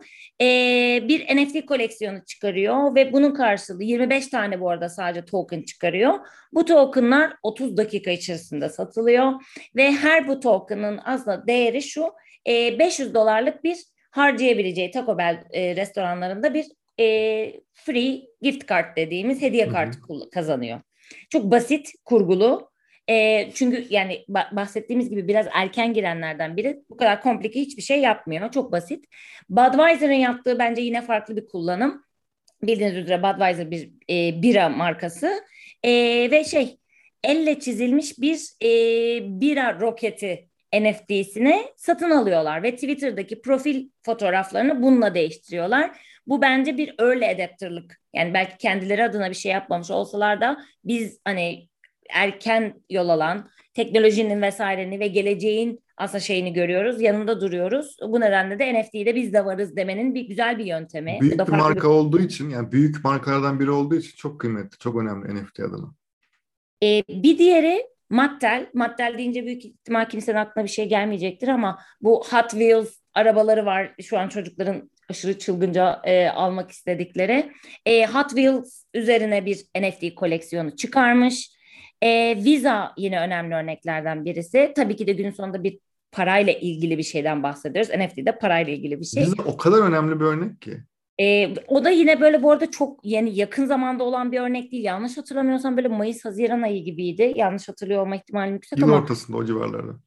Bir NFT koleksiyonu çıkarıyor ve bunun karşılığı 25 tane bu arada sadece token çıkarıyor. Bu tokenlar 30 dakika içerisinde satılıyor ve her bu token'ın aslında değeri şu: 500 dolarlık bir harcayabileceği Taco Bell restoranlarında bir free gift card dediğimiz hediye Hı hı. kartı kazanıyor. Çok basit kurgulu. Çünkü yani bahsettiğimiz gibi biraz erken girenlerden biri, bu kadar komplike hiçbir şey yapmıyor. Çok basit. Budweiser'ın yaptığı bence yine farklı bir kullanım. Bildiğiniz üzere Budweiser bir bira markası. Ve elle çizilmiş bir bira roketi NFT'sine satın alıyorlar ve Twitter'daki profil fotoğraflarını bununla değiştiriyorlar. Bu bence bir early adapter'lık. Yani belki kendileri adına bir şey yapmamış olsalar da biz hani erken yol alan, teknolojinin vesairenin ve geleceğin aslında şeyini görüyoruz, yanında duruyoruz. Bu nedenle de NFT'de biz de varız demenin güzel bir yöntemi. Bu da Büyük bir farklı bir. marka olduğu için yani büyük markalardan biri olduğu için çok kıymetli, çok önemli NFT adına. Bir diğeri Mattel. Mattel deyince büyük ihtimal kimsenin aklına bir şey gelmeyecektir ama bu Hot Wheels arabaları var. Şu an çocukların aşırı çılgınca almak istedikleri. Hot Wheels üzerine bir NFT koleksiyonu çıkarmış. Visa yine önemli örneklerden birisi. Tabii ki de günün sonunda bir parayla ilgili bir şeyden bahsediyoruz. NFT de parayla ilgili bir şey. Visa o kadar önemli bir örnek ki. O da yine böyle bu arada çok yani yakın zamanda olan bir örnek değil. Yanlış hatırlamıyorsam böyle Mayıs-Haziran ayı gibiydi. Yanlış hatırlıyor olma ihtimalim yüksek Yıl ama ortasında o civarlarda.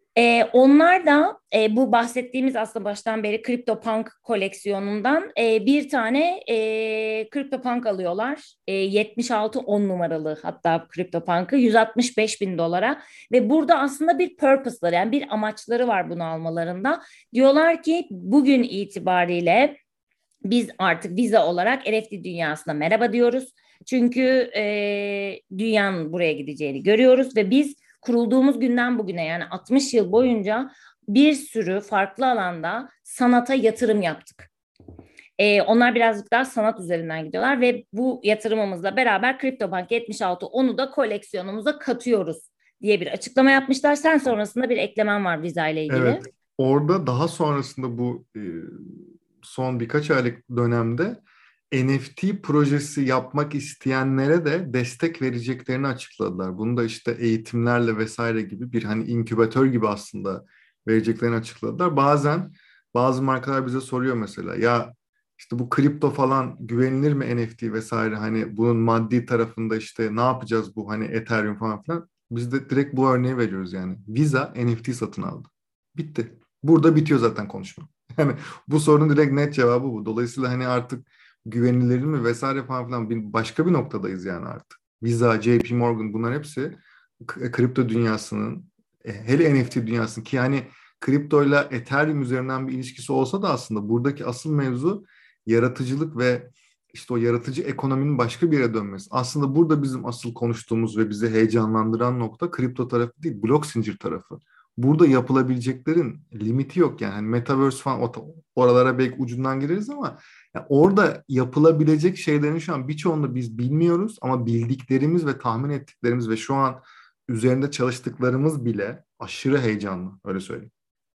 onlar da bu bahsettiğimiz aslında baştan beri CryptoPunk koleksiyonundan bir tane CryptoPunk alıyorlar. 76 10 numaralı hatta CryptoPunk'ı 165 bin dolara ve burada aslında bir purpose'ları, yani bir amaçları var bunu almalarında. Diyorlar ki bugün itibariyle biz artık Visa olarak NFT dünyasına merhaba diyoruz. Çünkü dünyanın buraya gideceğini görüyoruz ve biz kurulduğumuz günden bugüne, yani 60 yıl boyunca bir sürü farklı alanda sanata yatırım yaptık. Onlar birazcık daha sanat üzerinden gidiyorlar ve bu yatırımımızla beraber CryptoPunk 76 onu da koleksiyonumuza katıyoruz diye bir açıklama yapmışlar. Sen sonrasında bir eklemen var Visa ile ilgili. Evet. Orada daha sonrasında bu son birkaç aylık dönemde NFT projesi yapmak isteyenlere de destek vereceklerini açıkladılar. Bunu da işte eğitimlerle vesaire gibi bir hani inkübatör gibi aslında vereceklerini açıkladılar. Bazen bazı markalar bize soruyor mesela ya İşte bu kripto falan güvenilir mi NFT vesaire, hani bunun maddi tarafında işte ne yapacağız bu hani Ethereum falan filan. Biz de direkt bu örneği veriyoruz yani. Visa NFT satın aldı. Bitti. Burada bitiyor zaten konuşma. Yani bu sorunun direkt net cevabı bu. Dolayısıyla hani artık güvenilir mi vesaire falan filan başka bir noktadayız yani artık. Visa, JP Morgan, bunlar hepsi kripto dünyasının, hele NFT dünyasının, ki yani kriptoyla Ethereum üzerinden bir ilişkisi olsa da aslında buradaki asıl mevzu yaratıcılık ve işte o yaratıcı ekonominin başka bir yere dönmesi. Aslında burada bizim asıl konuştuğumuz ve bizi heyecanlandıran nokta kripto tarafı değil, blok zincir tarafı. Burada yapılabileceklerin limiti yok yani. Hani Metaverse falan oralara belki ucundan gireriz ama yani orada yapılabilecek şeylerin şu an birçoğunu biz bilmiyoruz ama bildiklerimiz ve tahmin ettiklerimiz ve şu an üzerinde çalıştıklarımız bile aşırı heyecanlı, öyle söyleyeyim.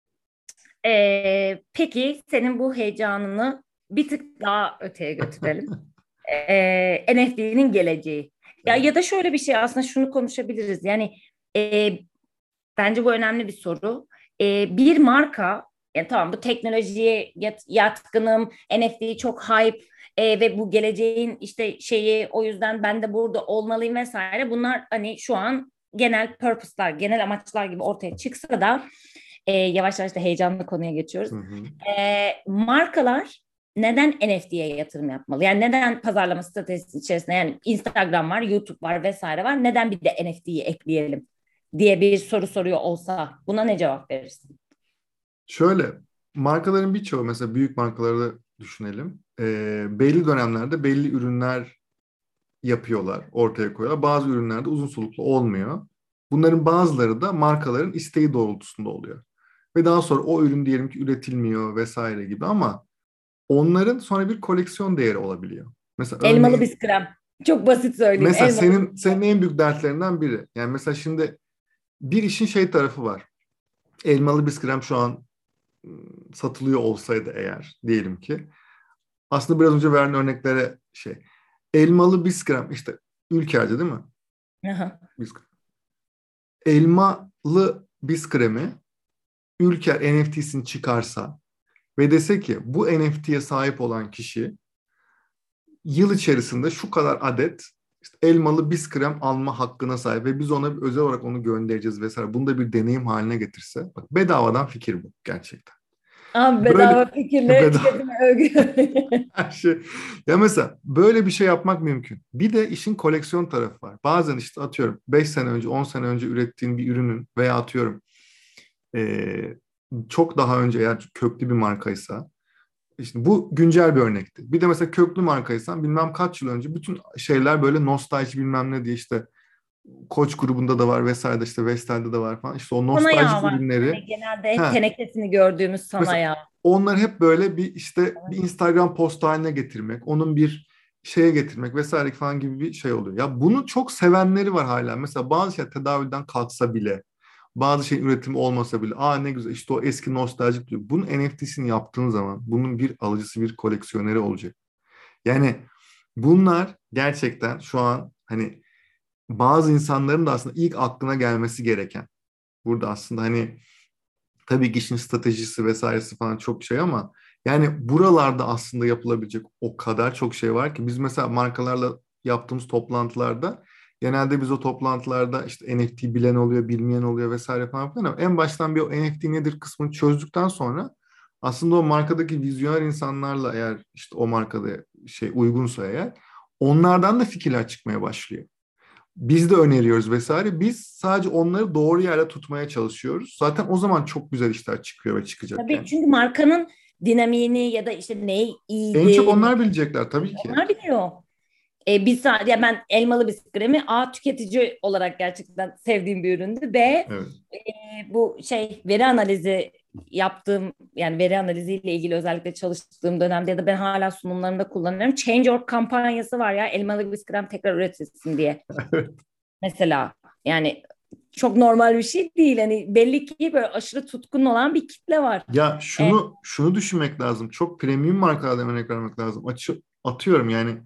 Peki senin bu heyecanını bir tık daha öteye götürelim. NFT'nin geleceği. Ya da şöyle bir şey, aslında şunu konuşabiliriz. Yani e, bence bu önemli bir soru. Bir marka, yani tamam bu teknolojiye yatkınım, NFT çok hype ve bu geleceğin işte şeyi, o yüzden ben de burada olmalıyım vesaire. Bunlar hani şu an genel purpose'lar, genel amaçlar gibi ortaya çıksa da yavaş yavaş da heyecanlı konuya geçiyoruz. Hı hı. Markalar neden NFT'ye yatırım yapmalı? Yani neden pazarlama stratejisi içerisinde, yani Instagram var, YouTube var vesaire var. Neden bir de NFT'yi ekleyelim diye bir soru soruyor olsa buna ne cevap verirsin? Şöyle, markaların birçoğu, mesela büyük markaları da düşünelim. Belli dönemlerde belli ürünler yapıyorlar, ortaya koyuyorlar. Bazı ürünler de uzun soluklu olmuyor. Bunların bazıları da markaların isteği doğrultusunda oluyor. Ve daha sonra o ürün diyelim ki üretilmiyor vesaire gibi, ama onların sonra bir koleksiyon değeri olabiliyor. Mesela Elmalı örneğin, biskrem. Çok basit söyleyeyim. mesela Elmalı senin biskrem. en büyük dertlerinden biri. Yani mesela şimdi bir işin şey tarafı var. Elmalı biskrem şu an satılıyor olsaydı eğer, diyelim ki. Aslında biraz önce verilen örneklere şey. Elmalı biskrem işte Ülker'de değil mi? Aha. Biskrem. Elmalı biskremi Ülker NFT'sini çıkarsa ve dese ki bu NFT'ye sahip olan kişi yıl içerisinde şu kadar adet işte elmalı biskrem alma hakkına sahip ve biz ona özel olarak onu göndereceğiz vesaire. Bunu da bir deneyim haline getirse. Bak, bedavadan fikir bu gerçekten. Abi Böyle bedava fikirle bedava tüketime övgü. her şey. Ya mesela böyle bir şey yapmak mümkün. Bir de işin koleksiyon tarafı var. Bazen işte atıyorum 5 sene önce, 10 sene önce ürettiğin bir ürünün veya atıyorum eee, çok daha önce, eğer köklü bir markaysa, işte bu güncel bir örnekti. Bir de mesela köklü markaysan bilmem kaç yıl önce bütün şeyler böyle nostalji bilmem ne diye, işte Koç grubunda da var vesaire, işte Vestel'de de var falan. İşte o Sana nostaljik yağ var. ürünleri, Hani genelde hep ha, tenekesini gördüğümüz sana mesela yağ. onlar hep böyle bir işte bir Instagram postu haline getirmek, onun bir şeye getirmek vesaire falan gibi bir şey oluyor. Ya bunu çok sevenleri var hala. Mesela bazı şey tedavülden kalksa bile, bazı şeyin üretimi olmasa bile, aa ne güzel işte o eski nostaljik diyor. Bunun NFT'sini yaptığın zaman bunun bir alıcısı, bir koleksiyoneri olacak. Yani bunlar gerçekten şu an hani bazı insanların da aslında ilk aklına gelmesi gereken. Burada aslında hani tabii ki işin stratejisi vesairesi falan çok şey, ama yani buralarda aslında yapılabilecek o kadar çok şey var ki biz mesela markalarla yaptığımız toplantılarda, genelde biz o toplantılarda işte NFT bilen oluyor, bilmeyen oluyor vesaire falan filan, ama en baştan bir o NFT nedir kısmını çözdükten sonra aslında o markadaki vizyoner insanlarla, eğer işte o markada şey uygunsa eğer, onlardan da fikirler çıkmaya başlıyor. Biz de öneriyoruz vesaire. Biz sadece onları doğru yerde tutmaya çalışıyoruz. Zaten o zaman çok güzel işler çıkıyor ve çıkacak Tabii, yani. çünkü markanın dinamiğini ya da işte neyi En çok iyiydi, onlar bilecekler tabii ki. onlar biliyor. Biz sadece, ya ben elmalı biskremi A, tüketici olarak gerçekten sevdiğim bir üründü. B, Evet. bu şey veri analizi yaptığım, yani veri analiziyle ilgili özellikle çalıştığım dönemde ya da ben hala sunumlarımda kullanıyorum. Change.org kampanyası var ya, elmalı biskrem tekrar üretilsin diye. Mesela yani çok normal bir şey değil. Hani belli ki böyle aşırı tutkun olan bir kitle var. Ya E, şunu düşünmek lazım. Çok premium markalardan örnek vermek lazım. Atıyorum yani,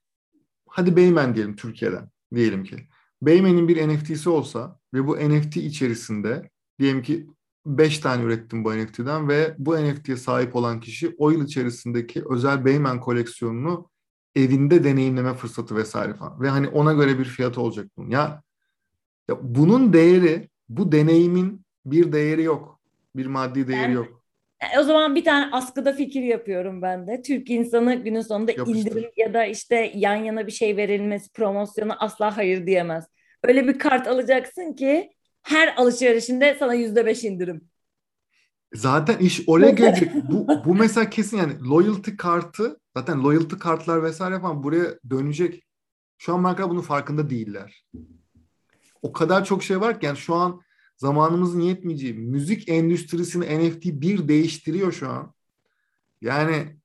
hadi Beymen diyelim, Türkiye'den diyelim ki. Beymen'in bir NFT'si olsa ve bu NFT içerisinde diyelim ki 5 tane ürettim bu NFT'den ve bu NFT'ye sahip olan kişi o yıl içerisindeki özel Bayman koleksiyonunu evinde deneyimleme fırsatı vesaire falan. Ve hani ona göre bir fiyatı olacak bunun. Ya bunun değeri, bu deneyimin bir değeri yok. Bir maddi değeri Ben yok. o zaman bir tane askıda fikir yapıyorum ben de. Türk insanı günün sonunda indirim Yapıştır. ya da işte yan yana bir şey verilmesi, promosyona asla hayır diyemez. Öyle bir kart alacaksın ki her alışverişinde sana %5 indirim. Zaten iş oraya gelecek. Bu mesela kesin yani loyalty kartı, zaten loyalty kartlar vesaire falan buraya dönecek. Şu an markalar bunun farkında değiller. O kadar çok şey var ki yani şu an zamanımızın yetmeyeceği müzik endüstrisini NFT bir değiştiriyor şu an. Yani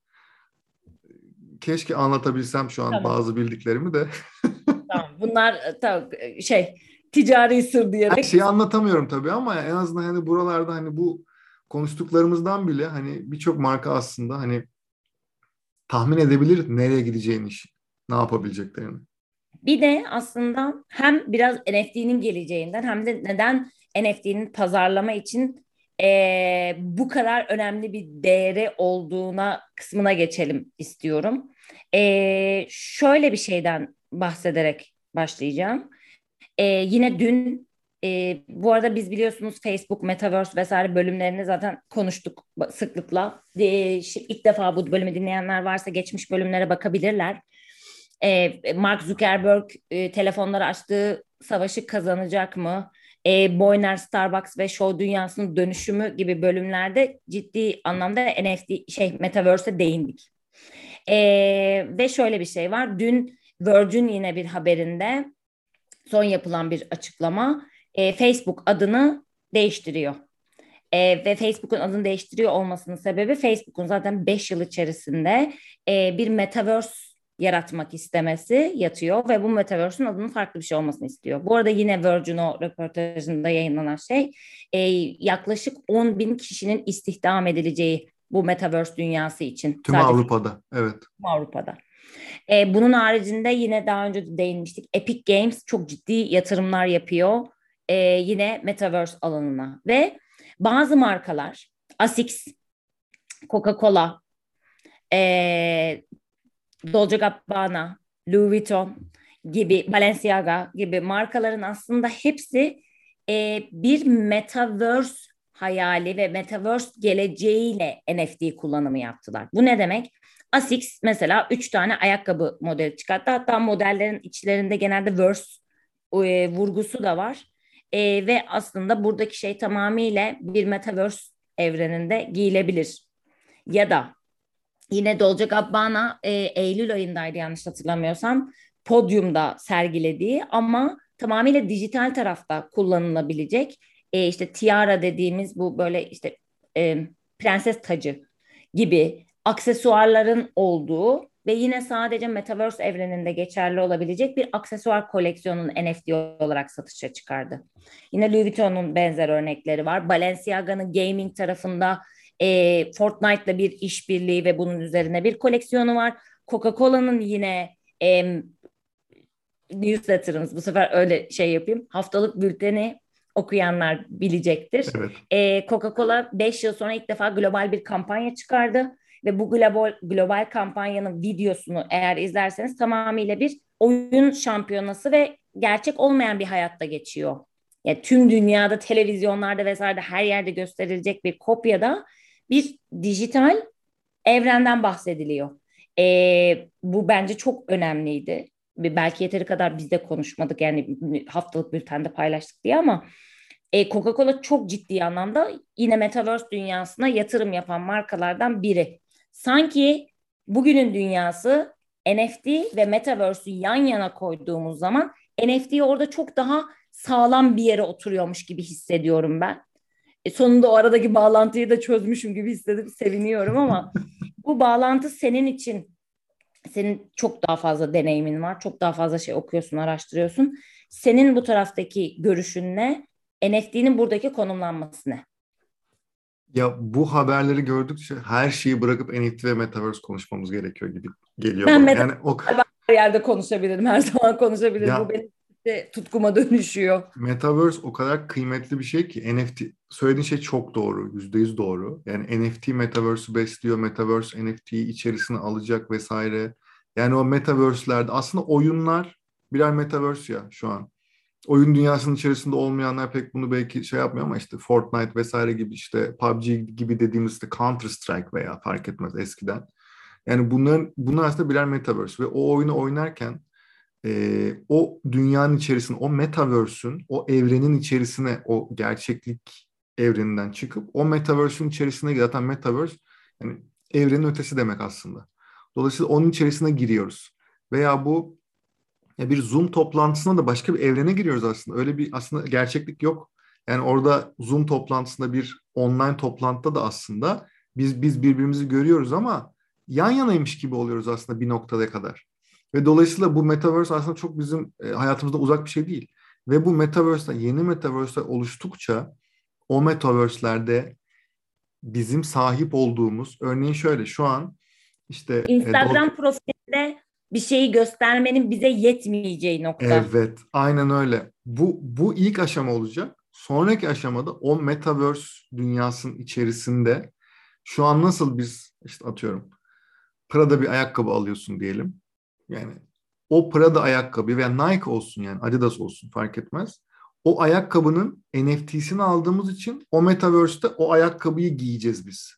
keşke anlatabilsem şu an Tamam. bazı bildiklerimi de. Tamam. Bunlar tamam, ticari sır Her diyerek şeyi anlatamıyorum tabii ama en azından hani buralarda hani bu konuştuklarımızdan bile hani birçok marka aslında hani tahmin edebilir nereye gideceğini iş, ne yapabileceklerini. bir de aslında hem biraz NFT'nin geleceğinden hem de neden NFT'nin pazarlama için bu kadar önemli bir değeri olduğuna kısmına geçelim istiyorum. Şöyle bir şeyden bahsederek başlayacağım. Yine dün bu arada biz biliyorsunuz Facebook, Metaverse vesaire bölümlerini zaten konuştuk sıklıkla. İlk defa bu bölümü dinleyenler varsa geçmiş bölümlere bakabilirler. Mark Zuckerberg telefonları açtığı savaşı kazanacak mı? Boyner, Starbucks ve show dünyasının dönüşümü gibi bölümlerde ciddi anlamda NFT Metaverse'e değindik. Ve şöyle bir şey var. Dün Virgin yine bir haberinde son yapılan bir açıklama Facebook adını değiştiriyor. Ve Facebook'un adını değiştiriyor olmasının sebebi Facebook'un zaten 5 yıl içerisinde bir metaverse yaratmak istemesi yatıyor ve bu metaverse'ün adının farklı bir şey olmasını istiyor. Bu arada yine Virgin o röportajında yayınlanan şey yaklaşık 10 bin kişinin istihdam edileceği bu metaverse dünyası için Tüm sadece Avrupa'da, evet. Avrupa'da. Bunun haricinde yine daha önce de değinmiştik. Epic Games çok ciddi yatırımlar yapıyor. Yine Metaverse alanına. Ve bazı markalar, Asics, Coca-Cola, e, Dolce Gabbana, Louis Vuitton gibi, Balenciaga gibi markaların aslında hepsi bir Metaverse hayali ve Metaverse geleceğiyle NFT kullanımı yaptılar. Bu ne demek? Asics mesela 3 tane ayakkabı modeli çıkarttı. Hatta modellerin içlerinde genelde verse vurgusu da var. Ve aslında buradaki şey tamamıyla bir Metaverse evreninde giyilebilir. Ya da yine Dolce Gabbana Eylül ayındaydı yanlış hatırlamıyorsam. Podyumda sergilediği ama tamamıyla dijital tarafta kullanılabilecek işte tiara dediğimiz bu böyle işte prenses tacı gibi aksesuarların olduğu ve yine sadece Metaverse evreninde geçerli olabilecek bir aksesuar koleksiyonunu NFT olarak satışa çıkardı. Yine Louis Vuitton'un benzer örnekleri var. Balenciaga'nın gaming tarafında Fortnite'la bir işbirliği ve bunun üzerine bir koleksiyonu var. Coca-Cola'nın yine newsletter'ımız bu sefer öyle şey yapayım. Haftalık bülteni okuyanlar bilecektir. Evet. Coca-Cola 5 yıl sonra ilk defa global bir kampanya çıkardı ve bu global kampanyanın videosunu eğer izlerseniz tamamıyla bir oyun şampiyonası ve gerçek olmayan bir hayatta geçiyor. Yani tüm dünyada televizyonlarda vesaire her yerde gösterilecek bir kopyada bir dijital evrenden bahsediliyor. Bu bence çok önemliydi. Belki yeteri kadar biz de konuşmadık yani haftalık bültende paylaştık diye ama Coca-Cola çok ciddi anlamda yine Metaverse dünyasına yatırım yapan markalardan biri. Sanki bugünün dünyası NFT ve Metaverse'ü yan yana koyduğumuz zaman NFT orada çok daha sağlam bir yere oturuyormuş gibi hissediyorum ben. Sonunda o aradaki bağlantıyı da çözmüşüm gibi hissedip seviniyorum ama bu bağlantı senin için senin çok daha fazla deneyimin var. Çok daha fazla şey okuyorsun, araştırıyorsun. Senin bu taraftaki görüşün ne? NFT'nin buradaki konumlanması ne? Ya bu haberleri gördükçe her şeyi bırakıp NFT ve Metaverse konuşmamız gerekiyor gibi geliyor Ben bana. Meta Yani her yerde konuşabilirim, her zaman konuşabilirim. Bu ya benim NFT tutkuma dönüşüyor. Metaverse o kadar kıymetli bir şey ki NFT söylediğin şey çok doğru. %100 doğru. Yani NFT Metaverse'ü besliyor. Metaverse NFT'yi içerisine alacak vesaire. Yani o Metaverse'lerde aslında oyunlar birer Metaverse ya şu an. Oyun dünyasının içerisinde olmayanlar pek bunu belki şey yapmıyor ama işte Fortnite vesaire gibi işte PUBG gibi dediğimiz işte Counter Strike veya fark etmez eskiden. Yani bunlar aslında birer Metaverse ve o oyunu oynarken o dünyanın içerisine, o metaverse'ün, o evrenin içerisine, o gerçeklik evreninden çıkıp o metaverse'ün içerisine zaten metaverse yani evrenin ötesi demek aslında. Dolayısıyla onun içerisine giriyoruz. Veya bu ya bir Zoom toplantısına da başka bir evrene giriyoruz aslında. Öyle bir aslında gerçeklik yok. Yani orada Zoom toplantısında bir online toplantıda da aslında biz birbirimizi görüyoruz ama yan yanaymış gibi oluyoruz aslında bir noktada kadar. Ve dolayısıyla bu metaverse aslında çok bizim hayatımızda uzak bir şey değil. Ve bu metaverse'ler, yeni metaverse'ler oluştukça o metaverse'lerde bizim sahip olduğumuz, örneğin şöyle şu an işte Instagram profilinde bir şeyi göstermenin bize yetmeyeceği nokta. evet, aynen öyle. Bu ilk aşama olacak. Sonraki aşamada o metaverse dünyasının içerisinde şu an nasıl biz işte atıyorum Prada bir ayakkabı alıyorsun diyelim. Yani o Prada ayakkabı veya Nike olsun yani Adidas olsun fark etmez. O ayakkabının NFT'sini aldığımız için o metaverse'te o ayakkabıyı giyeceğiz biz.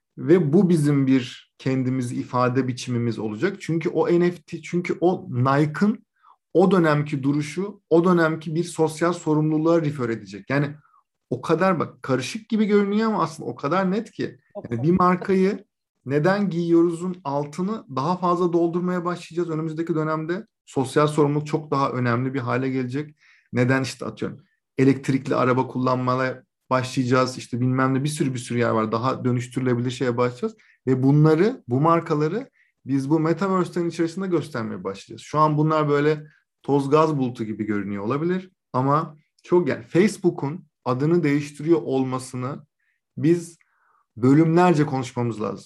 Ve bu bizim bir kendimizi ifade biçimimiz olacak. Çünkü o NFT, çünkü o Nike'ın o dönemki duruşu, o dönemki bir sosyal sorumluluğa refer edecek. Yani o kadar bak karışık gibi görünüyor ama aslında o kadar net ki. Çok Yani bir komik. markayı neden giyiyoruzun altını daha fazla doldurmaya başlayacağız. Önümüzdeki dönemde sosyal sorumluluk çok daha önemli bir hale gelecek. Neden işte atıyorum elektrikli araba kullanmaya başlayacağız. İşte bilmem ne bir sürü yer var. Daha dönüştürülebilir şeye başlayacağız. Ve bu markaları biz bu metaverse'lerin içerisinde göstermeye başlayacağız. Şu an bunlar böyle toz gaz bulutu gibi görünüyor olabilir. Ama çok yani Facebook'un adını değiştiriyor olmasını biz bölümlerce konuşmamız lazım.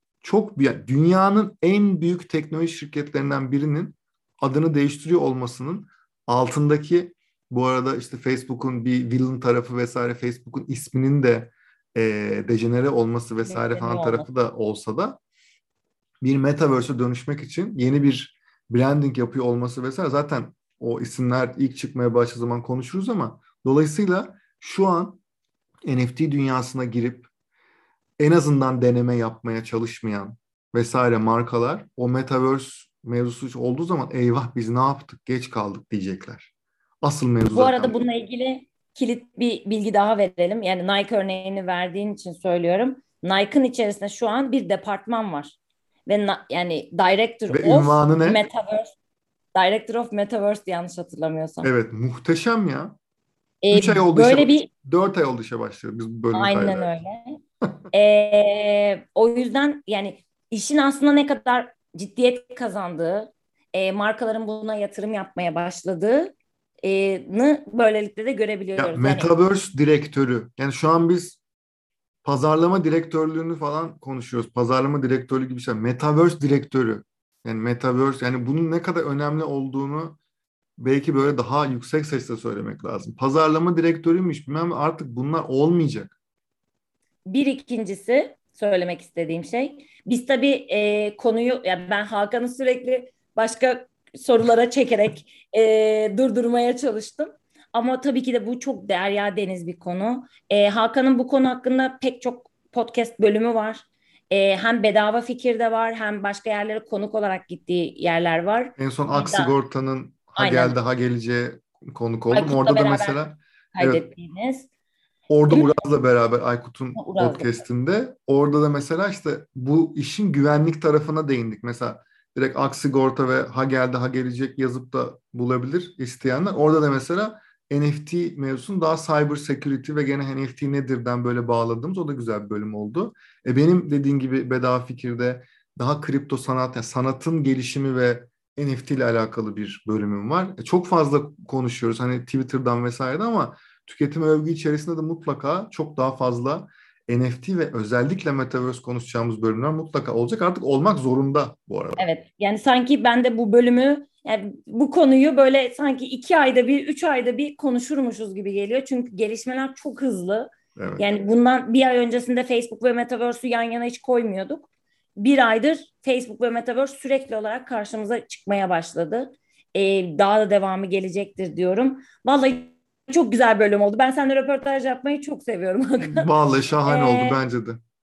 Yani dünyanın en büyük teknoloji şirketlerinden birinin adını değiştiriyor olmasının altındaki bu arada işte Facebook'un bir villain tarafı vesaire Facebook'un isminin de dejenere olması vesaire Bekleniyor falan olması. tarafı da olsa da bir metaverse'e dönüşmek için yeni bir branding yapıyor olması vesaire zaten o isimler ilk çıkmaya başladığı zaman konuşuruz ama dolayısıyla şu an NFT dünyasına girip en azından deneme yapmaya çalışmayan vesaire markalar o metaverse mevzusu olduğu zaman eyvah biz ne yaptık geç kaldık diyecekler. Asıl mevzu Bu zaten arada bu. bununla ilgili kilit bir bilgi daha verelim. Yani Nike örneğini verdiğin için söylüyorum. Nike'ın içerisinde şu an bir departman var. Ve yani Ve ünvanı ne? Director of Metaverse yanlış hatırlamıyorsam. Evet muhteşem ya. 3 ay oldu işe, Böyle bir 4 ay oldu işe başladı biz bu bölümü aynen kaydederken. öyle. O yüzden yani işin aslında ne kadar ciddiyet kazandığı, markaların buna yatırım yapmaya başladığını böylelikle de Ya görebiliyoruz. Yani Metaverse direktörü. Yani şu an biz pazarlama direktörlüğünü falan konuşuyoruz. Pazarlama direktörlüğü gibi bir şey. Metaverse direktörü. Yani Metaverse yani bunun ne kadar önemli olduğunu belki böyle daha yüksek sesle söylemek lazım. Pazarlama direktörüymüş bilmem artık bunlar olmayacak. bir ikincisi söylemek istediğim şey. Biz tabii konuyu yani ben Hakan'ı sürekli başka sorulara çekerek durdurmaya çalıştım. Ama tabii ki de bu çok derya deniz bir konu. Hakan'ın bu konu hakkında pek çok podcast bölümü var. Hem bedava fikirde var hem başka yerlere konuk olarak gittiği yerler var. En son E, da, Aksigorta'nın ha geldi aynen ha geleceğe konuk oldum. Aykut'la Orada da beraber mesela evet kaydettiğiniz orada değil mi? Uraz'la beraber Aykut'un Uraz'la. podcast'inde orada da mesela işte bu işin güvenlik tarafına değindik. Mesela direkt Aksigorta ve ha geldi ha gelecek yazıp da bulabilir isteyenler. Orada da mesela NFT mevzusunu daha cyber security ve gene NFT nedirden böyle bağladığımız o da güzel bir bölüm oldu. Benim dediğin gibi bedava fikirde daha kripto sanat, yani sanatın gelişimi ve NFT ile alakalı bir bölümüm var. Çok fazla konuşuyoruz hani Twitter'dan vesaire ama tüketim övgü içerisinde de mutlaka çok daha fazla NFT ve özellikle Metaverse konuşacağımız bölümler mutlaka olacak. Artık olmak zorunda bu arada. Evet, yani sanki ben de bu bölümü, yani bu konuyu böyle sanki 2 ayda bir, 3 ayda bir konuşurmuşuz gibi geliyor. Çünkü gelişmeler çok hızlı. Evet. Yani bundan bir ay öncesinde Facebook ve Metaverse'ü yan yana hiç koymuyorduk. Bir aydır Facebook ve Metaverse sürekli olarak karşımıza çıkmaya başladı. Daha da devamı gelecektir diyorum. Vallahi çok güzel bölüm oldu. Ben seninle röportaj yapmayı çok seviyorum Hakan. Vallahi şahane oldu Ee, bence de.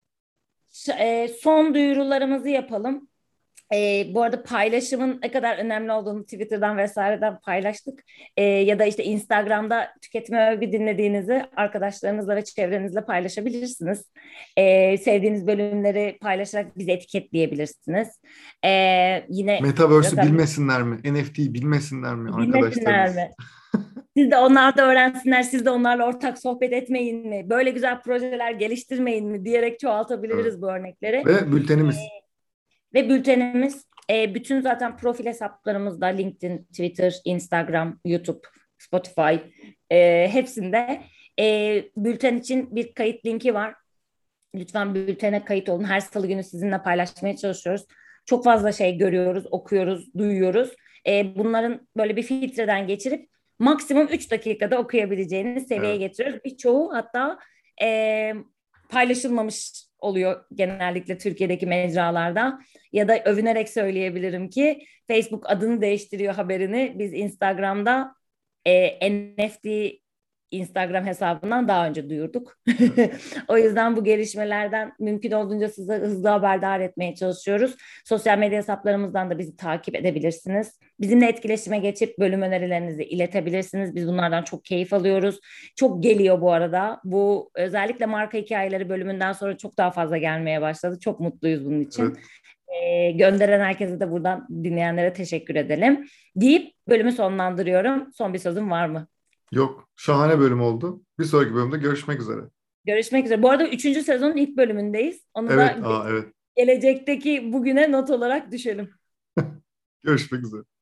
Son duyurularımızı yapalım. Bu arada paylaşımın ne kadar önemli olduğunu Twitter'dan vesaireden paylaştık. Ya da işte Instagram'da Tüketimi Övgü dinlediğinizi arkadaşlarınızla ve çevrenizle paylaşabilirsiniz. Sevdiğiniz bölümleri paylaşarak bizi etiketleyebilirsiniz. Yine Metaverse'ü zaten bilmesinler mi? NFT'yi bilmesinler mi bilmesinler arkadaşlarımız? mi? Siz de onlar da öğrensinler, siz de onlarla ortak sohbet etmeyin mi? Böyle güzel projeler geliştirmeyin mi diyerek Evet. çoğaltabiliriz bu örnekleri. Ve bültenimiz. Ve bültenimiz bütün zaten profil hesaplarımızda LinkedIn, Twitter, Instagram, YouTube, Spotify hepsinde bülten için bir kayıt linki var. Lütfen bültene kayıt olun. Her salı günü sizinle paylaşmaya çalışıyoruz. Çok fazla şey görüyoruz, okuyoruz, duyuyoruz. Bunların böyle bir filtreden geçirip maksimum 3 dakikada okuyabileceğiniz seviyeye Evet. getiriyoruz. Birçoğu hatta e, paylaşılmamış oluyor genellikle Türkiye'deki mecralarda. Ya da övünerek söyleyebilirim ki Facebook adını değiştiriyor haberini. Biz Instagram'da NFT Instagram hesabından daha önce duyurduk. Evet. O yüzden bu gelişmelerden mümkün olduğunca size hızlı haberdar etmeye çalışıyoruz. Sosyal medya hesaplarımızdan da bizi takip edebilirsiniz. Bizimle etkileşime geçip bölüm önerilerinizi iletebilirsiniz. Biz bunlardan çok keyif alıyoruz. Çok geliyor bu arada. Bu özellikle marka hikayeleri bölümünden sonra çok daha fazla gelmeye başladı. Çok mutluyuz bunun için. Evet. Gönderen herkese de buradan dinleyenlere teşekkür edelim. Deyip bölümü sonlandırıyorum. Son bir sözüm var mı? Yok. Şahane bölüm oldu. Bir sonraki bölümde görüşmek üzere. Görüşmek üzere. Bu arada 3. sezonun ilk bölümündeyiz. Onu da Evet. Evet. gelecekteki bugüne not olarak düşelim. Görüşmek üzere.